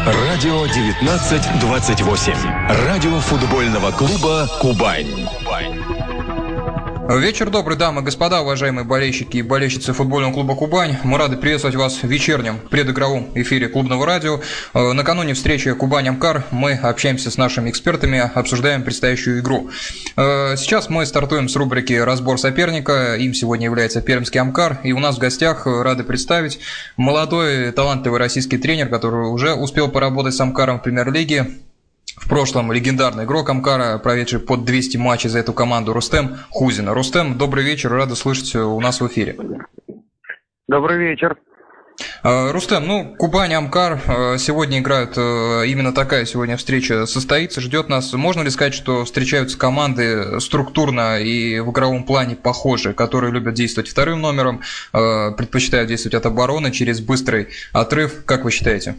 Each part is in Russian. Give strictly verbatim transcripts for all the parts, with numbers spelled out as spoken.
Радио девятнадцать двадцать восемь. Радио футбольного клуба «Кубань». Вечер добрый, дамы и господа, уважаемые болельщики и болельщицы футбольного клуба «Кубань». Мы рады приветствовать вас в вечернем предигровом эфире клубного радио. Накануне встречи «Кубань-Амкар» мы общаемся с нашими экспертами, обсуждаем предстоящую игру. Сейчас мы стартуем с рубрики «Разбор соперника». Им сегодня является пермский «Амкар». И у нас в гостях рады представить молодой талантливый российский тренер, который уже успел поработать с «Амкаром» в премьер-лиге. В прошлом легендарный игрок «Амкара», проведший под двести матчей за эту команду, Рустем Хузин. Рустем, добрый вечер, рада слышать у нас в эфире. Добрый вечер. Рустем, ну, Кубань-Амкар сегодня играют, именно такая сегодня встреча состоится, ждет нас. Можно ли сказать, что встречаются команды структурно и в игровом плане похожи, которые любят действовать вторым номером, предпочитают действовать от обороны через быстрый отрыв? Как вы считаете?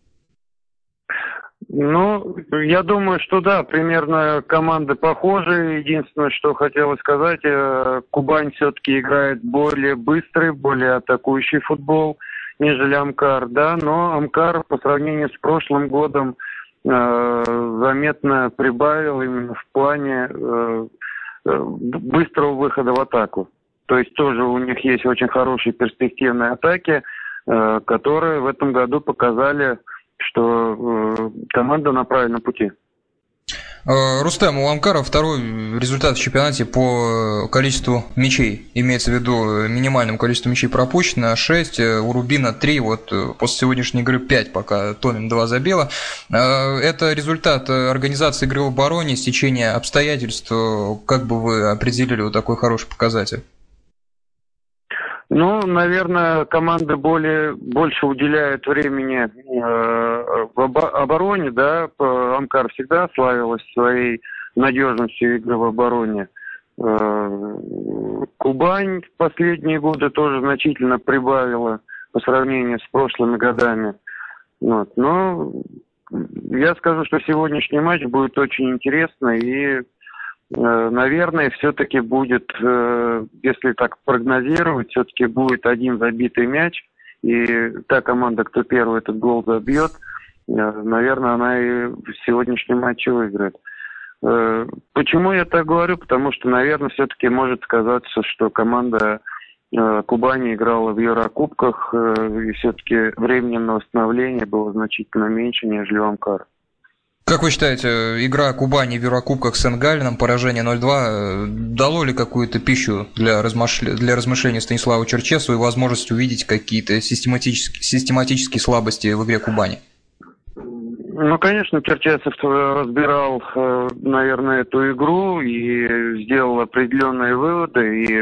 Ну, я думаю, что да, примерно команды похожи. Единственное, что хотелось сказать, Кубань все-таки играет более быстрый, более атакующий футбол, нежели Амкар, да, но Амкар по сравнению с прошлым годом э, заметно прибавил именно в плане э, быстрого выхода в атаку. То есть тоже у них есть очень хорошие перспективные атаки, э, которые в этом году показали, что э, команда на правильном пути. Рустем, у Амкара второй результат в чемпионате по количеству мячей. Имеется в виду минимальным количеством мячей пропущено шесть, у Рубина три, вот после сегодняшней игры пять, пока Томин два забила. Это результат организации игры в обороне, стечения обстоятельств. Как бы вы определили вот такой хороший показатель? Ну, наверное, команда более, больше уделяет времени э, в обороне, да, Амкар всегда славилась своей надежностью игры в обороне. Э, Кубань в последние годы тоже значительно прибавила по сравнению с прошлыми годами. Вот. Но я скажу, что сегодняшний матч будет очень интересный и наверное, все-таки будет, если так прогнозировать, все-таки будет один забитый мяч, и та команда, кто первый этот гол забьет, наверное, она и в сегодняшнем матче выиграет. Почему я так говорю? Потому что, наверное, все-таки может сказаться, что команда Кубани играла в Еврокубках, и все-таки времени на восстановление было значительно меньше, нежели у Амкара. Как вы считаете, игра Кубани в Еврокубках с Энгалином, поражение ноль два, дало ли какую-то пищу для, размышля... для размышления Станиславу Черчесу и возможность увидеть какие-то систематические, систематические слабости в игре Кубани? Ну, конечно, Черчесов разбирал, наверное, эту игру и сделал определенные выводы, и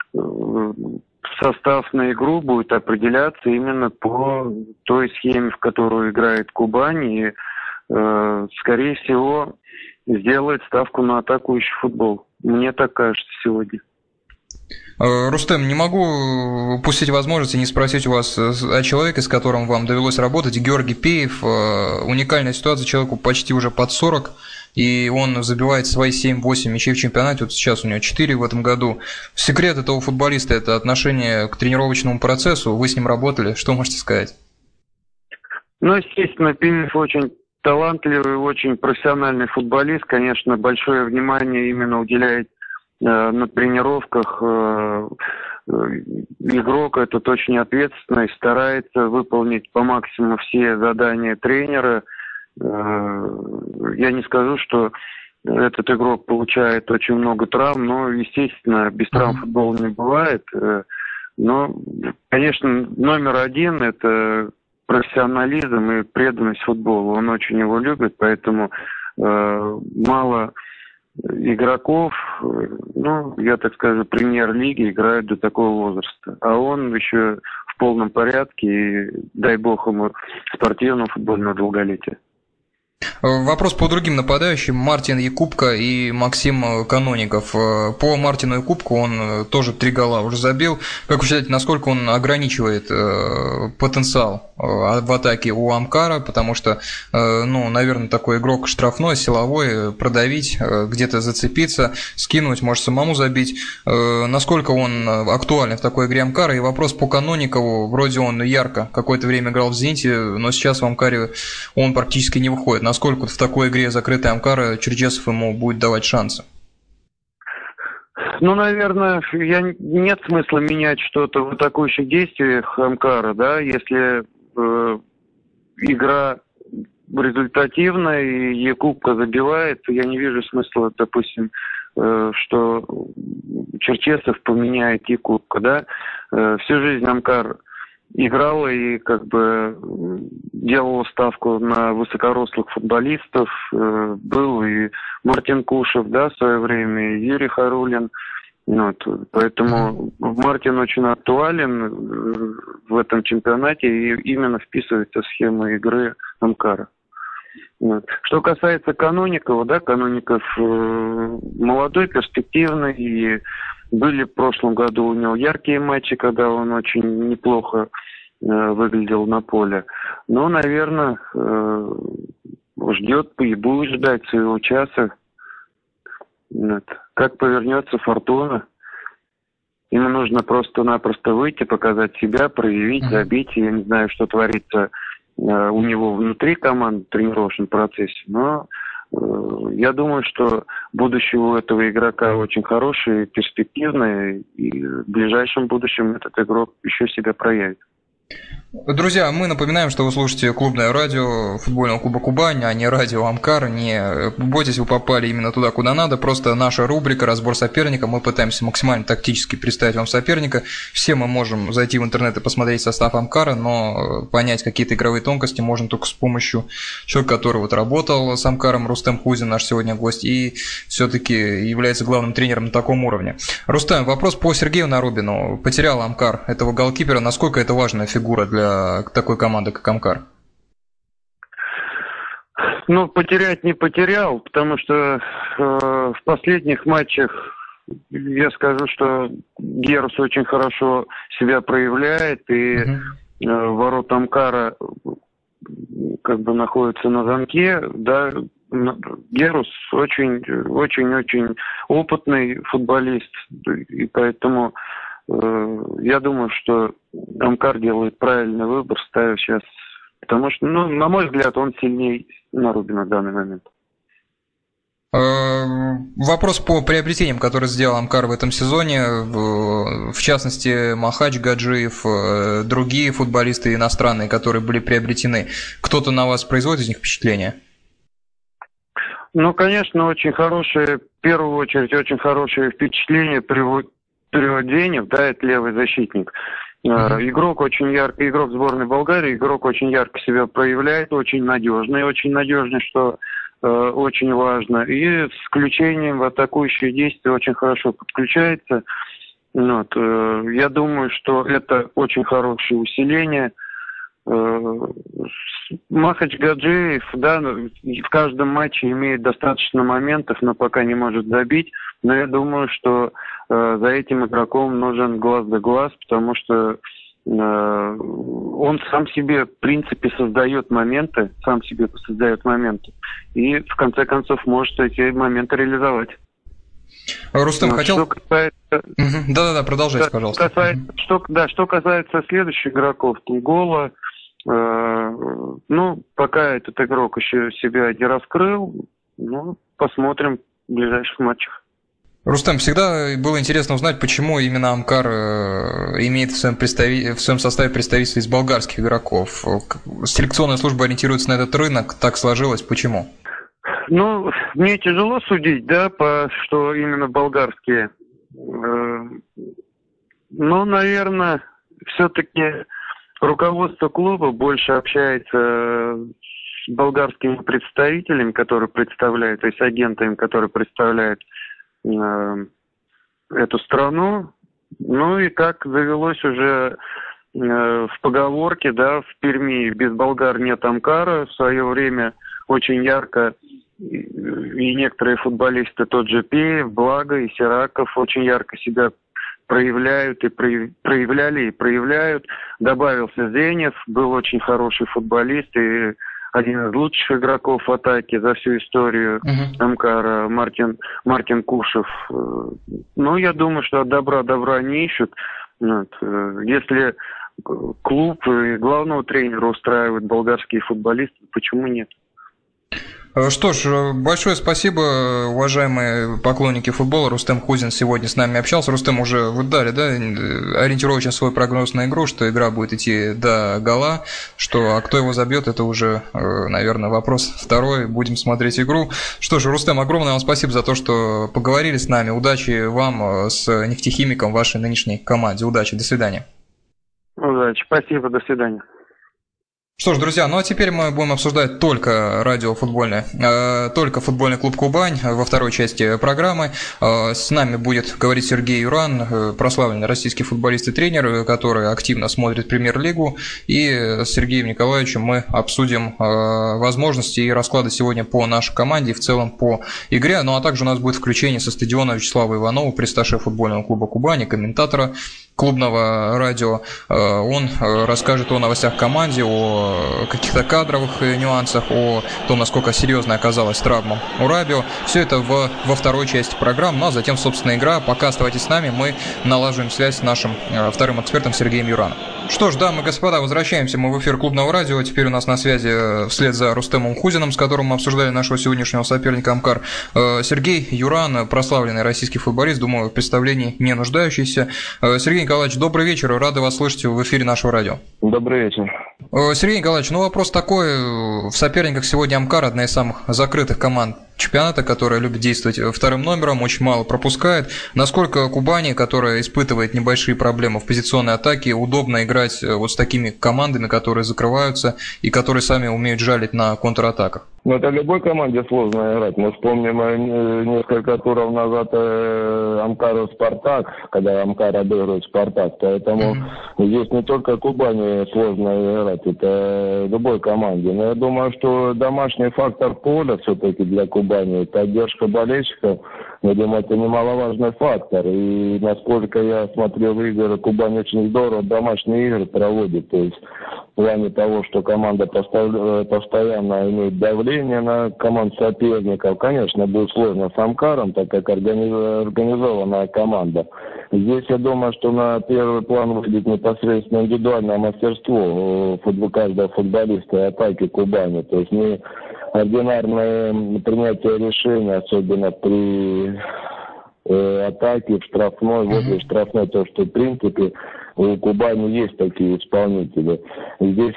состав на игру будет определяться именно по той схеме, в которую играет Кубань, и скорее всего, сделает ставку на атакующий футбол. Мне так кажется сегодня. Рустем, не могу упустить возможности не спросить у вас о человеке, с которым вам довелось работать. Георгий Пеев. Уникальная ситуация, человеку почти уже под сорок, и он забивает свои семь-восемь мячей в чемпионате. Вот сейчас у него четыре в этом году. Секрет этого футболиста – это отношение к тренировочному процессу. Вы с ним работали. Что можете сказать? Ну, естественно, Пеев очень талантливый, очень профессиональный футболист, конечно, большое внимание именно уделяет э, на тренировках. Э, э, игрок этот очень ответственный, старается выполнить по максимуму все задания тренера. Э, я не скажу, что этот игрок получает очень много травм, но, естественно, без травм футбола не бывает. Э, но, конечно, номер один – это профессионализм и преданность футболу. Он очень его любит, поэтому э, мало игроков, э, ну, я так скажу, премьер-лиги играют до такого возраста. А он еще в полном порядке, и дай бог ему спортивного футбольного долголетия. Вопрос по другим нападающим. Мартин Якубко и Максим Каноников. По Мартину Якубко он тоже три гола уже забил. Как вы считаете, насколько он ограничивает потенциал в атаке у Амкара? Потому что, ну, наверное, такой игрок штрафной, силовой, продавить, где-то зацепиться, скинуть, может самому забить. Насколько он актуален в такой игре Амкара? И вопрос по Каноникову. Вроде он ярко какое-то время играл в «Зените», но сейчас в Амкаре он практически не выходит. Насколько в такой игре закрытой Амкара Черчесов ему будет давать шансы? Ну, наверное, я, нет смысла менять что-то в атакующих действиях Амкара, да, если э, игра результативная и Якубко забивает, я не вижу смысла, допустим, э, что Черчесов поменяет Якубко, да. Э, всю жизнь Амкар играла и как бы делала ставку на высокорослых футболистов. Э, был и Мартин Кушев, да, в свое время, и Юрий Харулин. Вот. Поэтому Мартин очень актуален в этом чемпионате и именно вписывается в схему игры Амкара. Вот. Что касается Каноникова, да, Каноников э, молодой, перспективный, и были в прошлом году у него яркие матчи, когда он очень неплохо э, выглядел на поле. Но, наверное, э, ждет и будет ждать своего часа. Вот. Как повернется фортуна. Ему нужно просто-напросто выйти, показать себя, проявить, забить. Я не знаю, что творится э, у него внутри команды в тренировочном процессе, но э, я думаю, что будущее у этого игрока очень хорошее, перспективное, и в ближайшем будущем этот игрок еще себя проявит. Друзья, мы напоминаем, что вы слушаете клубное радио футбольного клуба «Кубань», а не радио «Амкар». Не бойтесь, вы попали именно туда, куда надо. Просто наша рубрика «Разбор соперника». Мы пытаемся максимально тактически представить вам соперника. Все мы можем зайти в интернет и посмотреть состав «Амкара», но понять какие-то игровые тонкости можно только с помощью человека, который вот работал с «Амкаром», Рустем Хузин, наш сегодня гость, и все-таки является главным тренером на таком уровне. Рустем, вопрос по Сергею Нарубину. Потерял «Амкар» этого голкипера. Насколько это важная фигура для такой команды, как Амкар? Ну, потерять не потерял, потому что э, в последних матчах я скажу, что Герус очень хорошо себя проявляет, и uh-huh. э, ворота Амкара как бы находятся на замке, да. Герус очень, очень-очень опытный футболист, и поэтому я думаю, что Амкар делает правильный выбор, ставя сейчас, потому что, ну, на мой взгляд, он сильнее Нарубина в данный момент. Вопрос по приобретениям, которые сделал Амкар в этом сезоне, в частности, Махач Гаджиев, другие футболисты иностранные, которые были приобретены. Кто-то на вас производит из них впечатление? Ну, конечно, очень хорошее, в первую очередь, очень хорошее впечатление приводит Переводенев, да, это левый защитник. Mm-hmm. Игрок очень яркий, игрок сборной Болгарии, игрок очень ярко себя проявляет, очень надежный, очень надежный, что э, очень важно. И с включением в атакующие действия очень хорошо подключается. Вот, э, я думаю, что это очень хорошее усиление. Э, Махач Гаджиев, да, в каждом матче имеет достаточно моментов, но пока не может забить. Но я думаю, что э, за этим игроком нужен глаз да глаз, потому что э, он сам себе, в принципе, создает моменты, сам себе создает моменты, и в конце концов может эти моменты реализовать. Рустем, Но хотел... Что касается... Угу. Да-да-да, продолжайте, что пожалуйста. Касается... Что... Да, что касается следующих игроков, Тугола, э, ну, пока этот игрок еще себя не раскрыл, ну, посмотрим в ближайших матчах. Рустем, всегда было интересно узнать, почему именно Амкар имеет в своем, представи... в своем составе представительство из болгарских игроков. Селекционная служба ориентируется на этот рынок, так сложилось, почему? Ну, мне тяжело судить, да, по что именно болгарские. Ну, наверное, все-таки руководство клуба больше общается с болгарскими представителями, которые представляют, то есть агентами, которые представляют эту страну. Ну и как завелось уже э, в поговорке, да, в Перми без болгар нет Амкара. В свое время очень ярко. И некоторые футболисты, тот же Пеев, Благо и Сираков, очень ярко себя проявляют и проявляли, и проявляют. Добавился Зенев, был очень хороший футболист и один из лучших игроков в атаке за всю историю uh-huh. Амкара, Мартин, Мартин Кушев. Ну, я думаю, что от добра добра не ищут. Вот. Если клуб и главного тренера устраивают болгарские футболисты, почему нет? Что ж, большое спасибо, уважаемые поклонники футбола. Рустем Хузин сегодня с нами общался. Рустем, уже вы дали, да, ориентировочно свой прогноз на игру, что игра будет идти до гола, что, а кто его забьет, это уже, наверное, вопрос второй. Будем смотреть игру. Что ж, Рустем, огромное вам спасибо за то, что поговорили с нами. Удачи вам с нефтехимиком, вашей нынешней команде. Удачи, до свидания. Удачи, спасибо, до свидания. Что ж, друзья, ну а теперь мы будем обсуждать только радиофутбольное, э, только футбольный клуб «Кубань» во второй части программы. Э, с нами будет говорить Сергей Юран, э, прославленный российский футболист и тренер, который активно смотрит премьер-лигу. И с Сергеем Николаевичем мы обсудим э, возможности и расклады сегодня по нашей команде и в целом по игре. Ну а также у нас будет включение со стадиона Вячеслава Иванова, пресс-атташе футбольного клуба «Кубань», комментатора клубного радио. Он расскажет о новостях команде, о каких-то кадровых нюансах, о том, насколько серьезной оказалась травма у Рабио. Все это в, во второй части программы, ну а затем, собственно, игра. Пока оставайтесь с нами, мы налаживаем связь с нашим вторым экспертом Сергеем Юраном. Что ж, дамы и господа, возвращаемся мы в эфир клубного радио. Теперь у нас на связи, вслед за Рустемом Хузиным, с которым мы обсуждали нашего сегодняшнего соперника Амкар, Сергей Юран, прославленный российский футболист, думаю, в представлении не нуждающийся. Сергей Николаевич, добрый вечер, рады вас слышать в эфире нашего радио. Добрый вечер. Сергей Николаевич, ну вопрос такой, в соперниках сегодня Амкар, одна из самых закрытых команд чемпионата, которая любит действовать вторым номером, очень мало пропускает. Насколько Кубани, которая испытывает небольшие проблемы в позиционной атаке, удобно играть вот с такими командами, которые закрываются и которые сами умеют жалить на контратаках? Ну, это любой команде сложно играть. Мы вспомним несколько туров назад Амкару Спартак, когда Амкар обыгрывает Спартак. Поэтому mm-hmm. здесь не только Кубани сложно играть, это любой команде. Но я думаю, что домашний фактор поля все-таки для Кубани, поддержка болельщиков, я думаю, это немаловажный фактор. И насколько я смотрел игры, Кубань очень здорово домашние игры проводит. То есть в плане того, что команда постоянно имеет давление на команду соперников. Конечно, будет сложно с Амкаром, так как организованная команда. Здесь я думаю, что на первый план выйдет непосредственно индивидуальное мастерство каждого футболиста и атаки Кубани. То есть не ординарное принятие решений, особенно при э, атаке в штрафной, возле штрафной, то, что в принципе у Кубани есть такие исполнители. Здесь,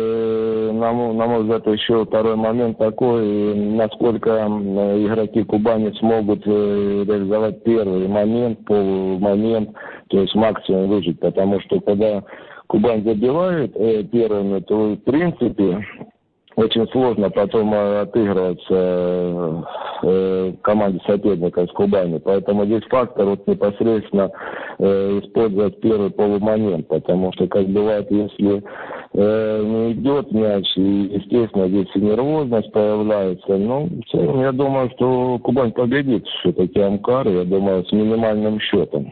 э, на, на мой взгляд, еще второй момент такой, насколько э, игроки Кубани смогут э, реализовать первый момент, полумомент, то есть максимум выжить, потому что когда Кубань забивает э, первыми, то в принципе очень сложно потом отыгрываться э, команде соперника с Кубани. Поэтому здесь фактор вот непосредственно э, использовать первый полумомент. Потому что, как бывает, если э, не идет мяч, и, естественно, здесь и нервозность появляется. Но в целом, я думаю, что Кубань победит все-таки Амкар, я думаю, с минимальным счетом.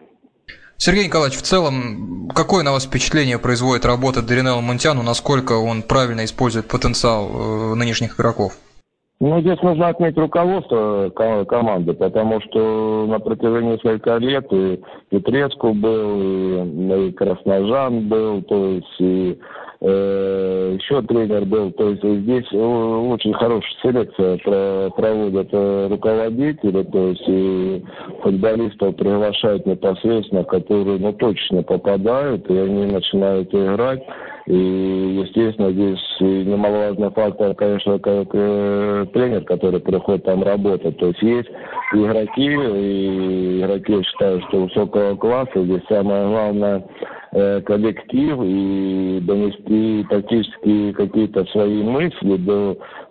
Сергей Николаевич, в целом, какое на вас впечатление производит работа Даринелла Мунтяну, насколько он правильно использует потенциал э, нынешних игроков? Ну, здесь нужно отметить руководство команды, потому что на протяжении нескольких лет и Петрецку был, и, и Красножан был, то есть и э, еще тренер был. То есть здесь очень хорошая селекция про, проводят руководители, то есть и футболистов приглашают непосредственно, которые ну, точно попадают, и они начинают играть. И, естественно, здесь немаловажный фактор, конечно, как э, тренер, который приходит там работать. То есть есть игроки, и игроки, я считаю, что высокого класса. Здесь самое главное э, коллектив и донести тактически какие-то свои мысли до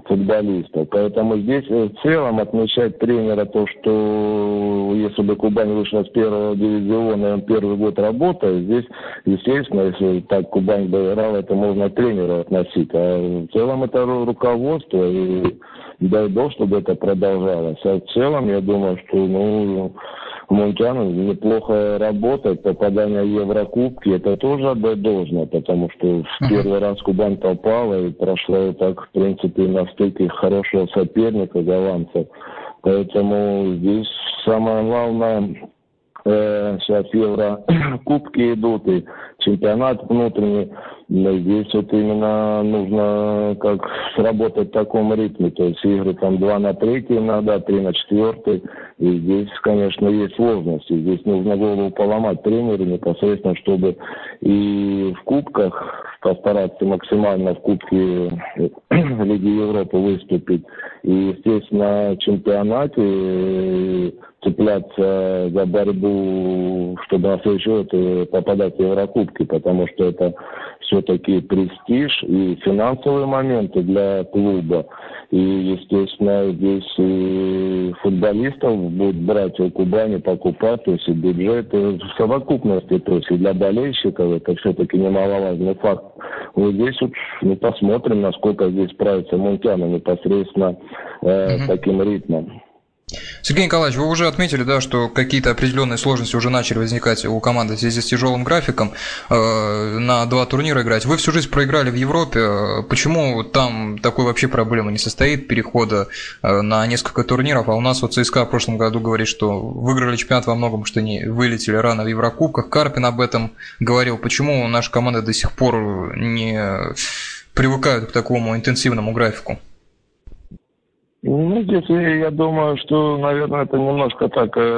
футболистов. Поэтому здесь в целом отмечать тренера то, что если бы Кубань вышла с первого дивизиона, и он первый год работает, здесь, естественно, если так Кубань бы играл, это можно к тренеру относить. А в целом это руководство, и дай бог, чтобы это продолжалось. А в целом, я думаю, что, ну, Мунтян неплохо работает, попадание в Еврокубки, это тоже отдать должное, потому что в первый раз Кубань попала и прошла так, в принципе, на стыке хорошего соперника, голландцев. Поэтому здесь самое главное, э, сейчас Еврокубки идут и чемпионат внутренний. Но здесь вот именно нужно как сработать в таком ритме. То есть игры там два на третий иногда, три на четвертый. И здесь, конечно, есть сложности. Здесь нужно голову поломать тренеру непосредственно, чтобы и в кубках постараться максимально в Кубке Лиги Европы выступить. И, естественно, в чемпионате цепляться за борьбу, чтобы на следующий год попадать в Еврокубки, потому что это все-таки престиж и финансовые моменты для клуба. И, естественно, здесь и футболистов будут брать у Кубани, покупать, то есть и бюджет, и в совокупности, то есть и для болельщиков это все-таки немаловажный факт. Вот здесь вот мы посмотрим, насколько здесь справится Мунтяна непосредственно э, с таким ритмом. Сергей Николаевич, вы уже отметили, да, что какие-то определенные сложности уже начали возникать у команды в связи с тяжелым графиком э, на два турнира играть. Вы всю жизнь проиграли в Европе. Почему там такой вообще проблемы не состоит, перехода э, на несколько турниров? А у нас вот ЦСКА в прошлом году говорит, что выиграли чемпионат во многом, что не вылетели рано в Еврокубках. Карпин об этом говорил. Почему наши команды до сих пор не привыкают к такому интенсивному графику? Ну, здесь я думаю, что, наверное, это немножко так э,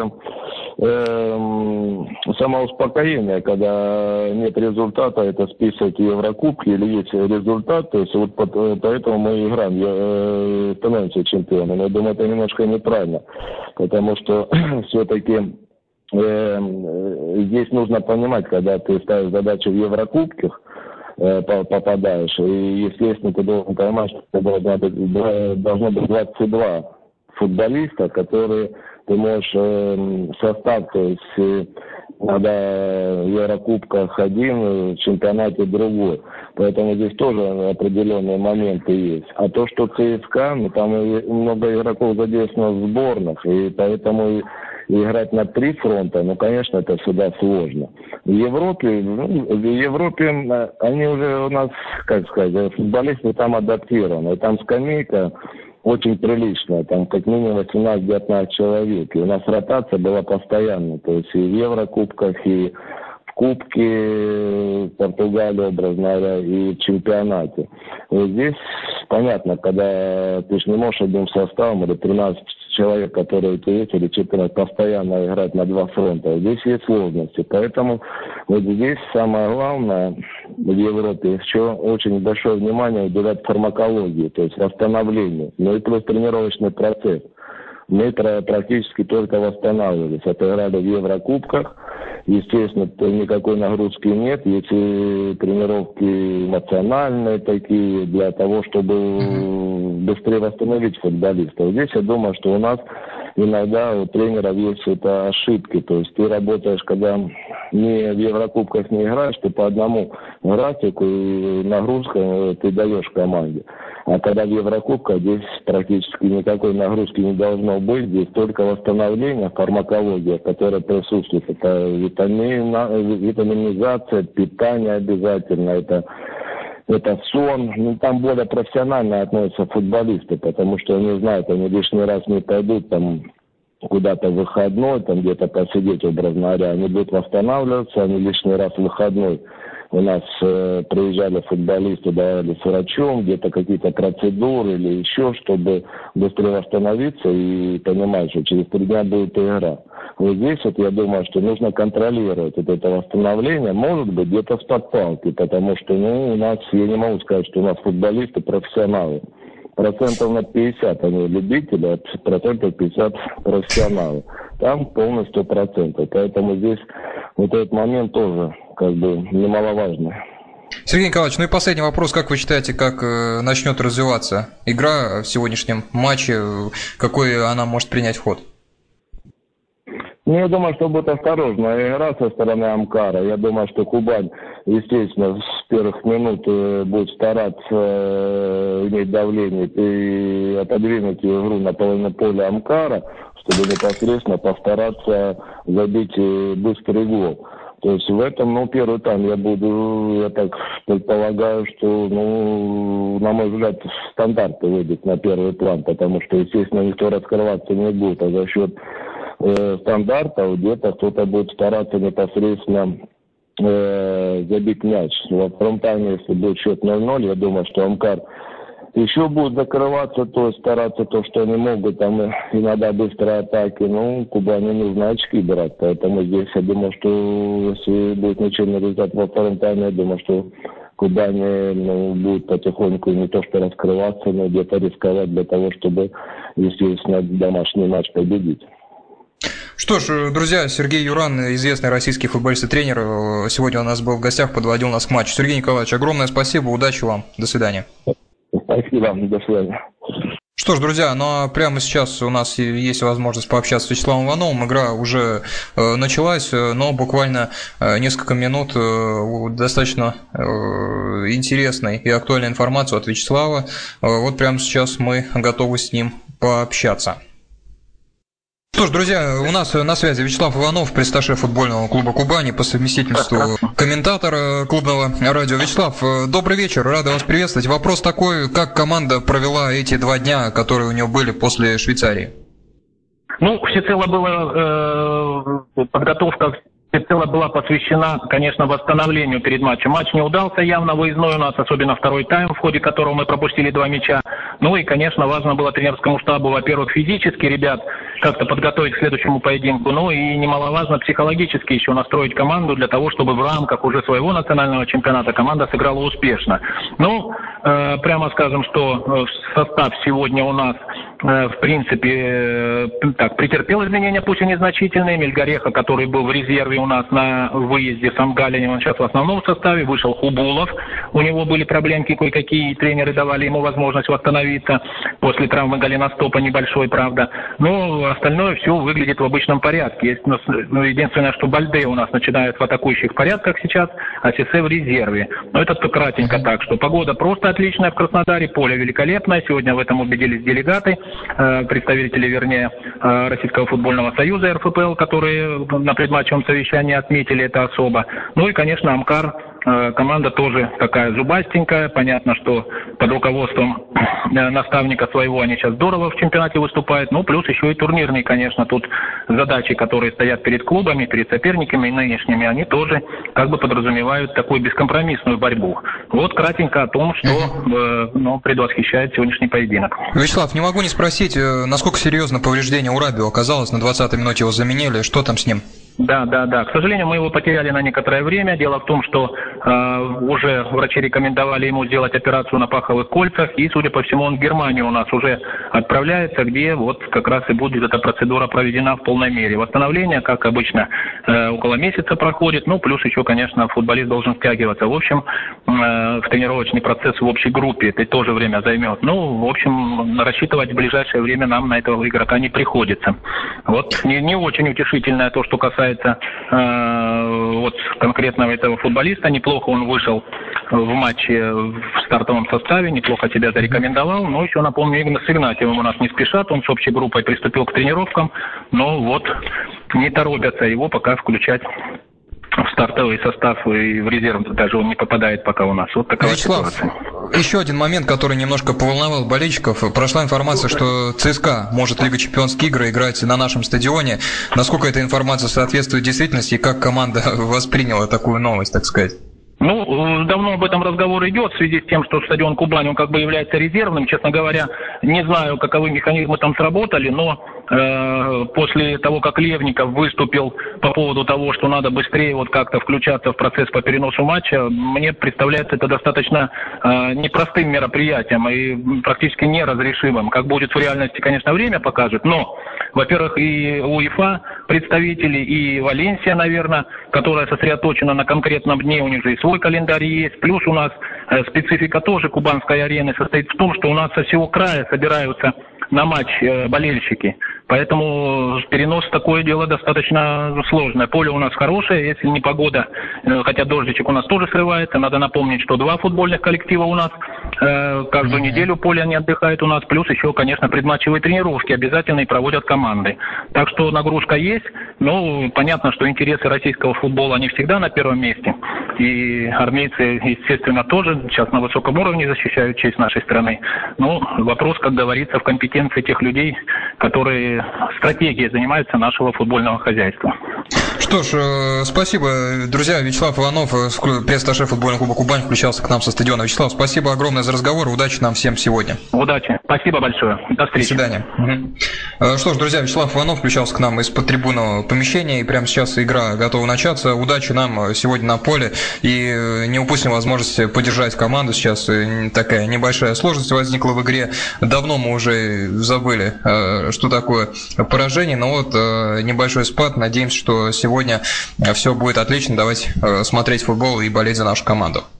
э, самоуспокоение, когда нет результата, это списывать Еврокубки, или есть результат, то есть вот поэтому мы играем, э, становимся чемпионами. Я думаю, это немножко неправильно, потому что все-таки э, здесь нужно понимать, когда ты ставишь задачу в Еврокубках, попадаешь. И, естественно, ты должен понимать, что должно быть, должно быть двадцать два футболиста, которые ты можешь э, состав, то есть иногда в Еврокубках один, в чемпионате другой. Поэтому здесь тоже определенные моменты есть. А то, что ЦСКА, ну, там много игроков задействовано в сборных, и поэтому и играть на три фронта, ну, конечно, это всегда сложно. В Европе, ну, в Европе они уже у нас, как сказать, футболисты там адаптированы. И там скамейка очень приличная, там как минимум восемнадцать-девятнадцать человек. И у нас ротация была постоянно, то есть и в Еврокубках, и в Кубке Португалии, образно говоря, и в чемпионате. И здесь понятно, когда ты же не можешь одним составом или тринадцать человек, которые у тебя есть, или четырнадцать, постоянно играть на два фронта. Здесь есть сложности. Поэтому вот здесь самое главное в Европе еще очень большое внимание уделять фармакологии, то есть восстановлению. Ну и плюс тренировочный процесс. Мы практически только восстанавливались. Отыграли в Еврокубках. Естественно, никакой нагрузки нет. Есть тренировки эмоциональные такие, для того, чтобы быстрее восстановить футболистов. Здесь я думаю, что у нас иногда у тренеров есть это ошибки. То есть ты работаешь, когда не в Еврокубках не играешь, ты по одному графику и нагрузка ты даешь команде. А когда в Еврокубках, здесь практически никакой нагрузки не должно быть. Здесь только восстановление, фармакология, которая присутствует. Это витамина, витаминизация, питание обязательно, это, это сон. Ну, там более профессионально относятся футболисты, потому что они знают, они лишний раз не пойдут там куда-то в выходной, там где-то посидеть, образно говоря. Они будут восстанавливаться, они лишний раз в выходной. У нас э, приезжали футболисты, давали с врачом, где-то какие-то процедуры или еще, чтобы быстрее восстановиться и понимать, что через три дня будет игра. Вот здесь вот я думаю, что нужно контролировать вот это восстановление, может быть, где-то в подпалке, потому что, ну, у нас, я не могу сказать, что у нас футболисты профессионалы. Процентов на пятьдесят они любители, а процентов пятьдесят профессионалы. Там полностью процентов. Поэтому здесь вот этот момент тоже как бы немаловажный. Сергей Николаевич, ну и последний вопрос. Как вы считаете, как начнет развиваться игра в сегодняшнем матче? Какой она может принять ход? Ну, я думаю, что будет осторожная игра со стороны Амкара. Я думаю, что Кубань, естественно, с первых минут будет стараться иметь давление и отодвинуть игру на половину поля Амкара, чтобы непосредственно постараться забить быстрый гол. То есть в этом, ну, первый тайм я буду, я так предполагаю, что, ну, на мой взгляд, стандарты выйдут на первый план, потому что, естественно, никто раскрываться не будет, а за счет э, стандартов где-то кто-то будет стараться непосредственно э, забить мяч. Во втором тайме, если будет счет ноль-ноль, я думаю, что Амкар еще будут закрываться, то есть стараться то, что они могут, там иногда быстрые атаки. Ну, Кубани нужно очки брать, поэтому здесь я думаю, что если будет ничейный результат во втором тайме, я думаю, что Кубани, ну, будет потихоньку не то что раскрываться, но где-то рисковать для того, чтобы, естественно, домашний матч победить. Что ж, друзья, Сергей Юран, известный российский футболист и тренер, сегодня у нас был в гостях, подводил нас к матчу. Сергей Николаевич, огромное спасибо, удачи вам, до свидания. Спасибо, до свидания. Что ж, друзья, ну а прямо сейчас у нас есть возможность пообщаться с Вячеславом Ивановым. Игра уже э, началась, но буквально э, несколько минут э, достаточно э, интересной и актуальной информации от Вячеслава. Э, вот прямо сейчас мы готовы с ним пообщаться. Что ж, друзья, у нас на связи Вячеслав Иванов, пресс-атташе футбольного клуба «Кубань», по совместительству комментатор клубного радио. Вячеслав, добрый вечер, рада вас приветствовать. Вопрос такой, как команда провела эти два дня, которые у нее были после Швейцарии? Ну, всецело была э, подготовка, всецело была посвящена, конечно, восстановлению перед матчем. Матч не удался явно, выездной у нас, особенно второй тайм, в ходе которого мы пропустили два мяча. Ну и, конечно, важно было тренерскому штабу, во-первых, физически ребят как-то подготовить к следующему поединку, ну и немаловажно психологически еще настроить команду для того, чтобы в рамках уже своего национального чемпионата команда сыграла успешно. Ну, э, прямо скажем, что состав сегодня у нас, э, в принципе, э, так, претерпел изменения, пусть и незначительные. Мельгареха, который был в резерве у нас на выезде с Амгалине, он сейчас в основном составе, вышел Хубулов, у него были проблемки кое-какие, и тренеры давали ему возможность восстановиться после травмы голеностопа небольшой, правда. Ну, остальное все выглядит в обычном порядке. Есть, ну, единственное, что Бальде у нас начинает в атакующих порядках сейчас, а Сесе в резерве. Но это то кратенько так, что погода просто отличная в Краснодаре, поле великолепное. Сегодня в этом убедились делегаты, э, представители, вернее, э, Российского футбольного союза эр эф пэ эл, которые на предматчевом совещании отметили это особо. Ну и, конечно, Амкар. Команда тоже такая зубастенькая. Понятно, что под руководством наставника своего они сейчас здорово в чемпионате выступают. Ну, плюс еще и турнирные, конечно, тут задачи, которые стоят перед клубами, перед соперниками нынешними, они тоже как бы подразумевают такую бескомпромиссную борьбу. Вот кратенько о том, что э, ну, предвосхищает сегодняшний поединок. Вячеслав, не могу не спросить, насколько серьезно повреждение у Рабио оказалось? На двадцатой минуте его заменили. Что там с ним? Да, да, да. К сожалению, мы его потеряли на некоторое время. Дело в том, что э, уже врачи рекомендовали ему сделать операцию на паховых кольцах, и, судя по всему, он в Германию у нас уже отправляется, где вот как раз и будет эта процедура проведена в полной мере. Восстановление, как обычно, э, около месяца проходит, ну, плюс еще, конечно, футболист должен втягиваться. В общем, э, в тренировочный процесс в общей группе это тоже время займет. Ну, в общем, рассчитывать в ближайшее время нам на этого игрока не приходится. Вот не, не очень утешительное то, что касается Э, вот конкретного этого футболиста. Неплохо он вышел в матче в стартовом составе, неплохо себя зарекомендовал. Но еще напомню, с Игнатьевым у нас не спешат, он с общей группой приступил к тренировкам, но вот не торопятся его пока включать в стартовый состав, и в резерв даже он не попадает пока у нас. Вот такая Вячеслав, ситуация. Еще один момент, который немножко поволновал болельщиков. Прошла информация, что ЦСКА может Лига Чемпионских игр играть на нашем стадионе. Насколько эта информация соответствует действительности и как команда восприняла такую новость, так сказать? Ну, давно об этом разговор идет в связи с тем, что стадион Кубань, он как бы является резервным. Честно говоря, не знаю, каковы механизмы там сработали, но э, после того, как Левников выступил по поводу того, что надо быстрее вот как-то включаться в процесс по переносу матча, мне представляется это достаточно э, непростым мероприятием и практически неразрешимым. Как будет в реальности, конечно, время покажет, но, во-первых, и УЕФА представители, и Валенсия, наверное, которая сосредоточена на конкретном дне, у них же и свой календарь есть. Плюс у нас э, специфика тоже кубанской арены состоит в том, что у нас со всего края собираются на матч э, болельщики. Поэтому перенос такое дело достаточно сложное. Поле у нас хорошее, если не погода, э, хотя дождичек у нас тоже срывается. Надо напомнить, что два футбольных коллектива у нас э, каждую mm-hmm. неделю поле не отдыхает у нас. Плюс еще, конечно, предматчевые тренировки обязательно и проводят команды. Так что нагрузка есть. Но понятно, что интересы российского футбола, они всегда на первом месте. И армейцы, естественно, тоже сейчас на высоком уровне защищают честь нашей страны. Но вопрос, как говорится, в компетенции тех людей, которые стратегией занимаются нашего футбольного хозяйства. Что ж, спасибо, друзья. Вячеслав Иванов, пресс-атташе футбольного клуба «Кубань», включался к нам со стадиона. Вячеслав, спасибо огромное за разговор. Удачи нам всем сегодня. Удачи. Спасибо большое. До встречи. До свидания. Угу. Что ж, друзья, Вячеслав Иванов включался к нам из-под трибунного помещения, и прямо сейчас игра готова начаться. Удачи нам сегодня на поле, и не упустим возможность поддержать команду. Сейчас такая небольшая сложность возникла в игре. Давно мы уже забыли, что такое поражение, но вот небольшой спад. Надеемся, что сегодня все будет отлично. Давайте смотреть футбол и болеть за нашу команду.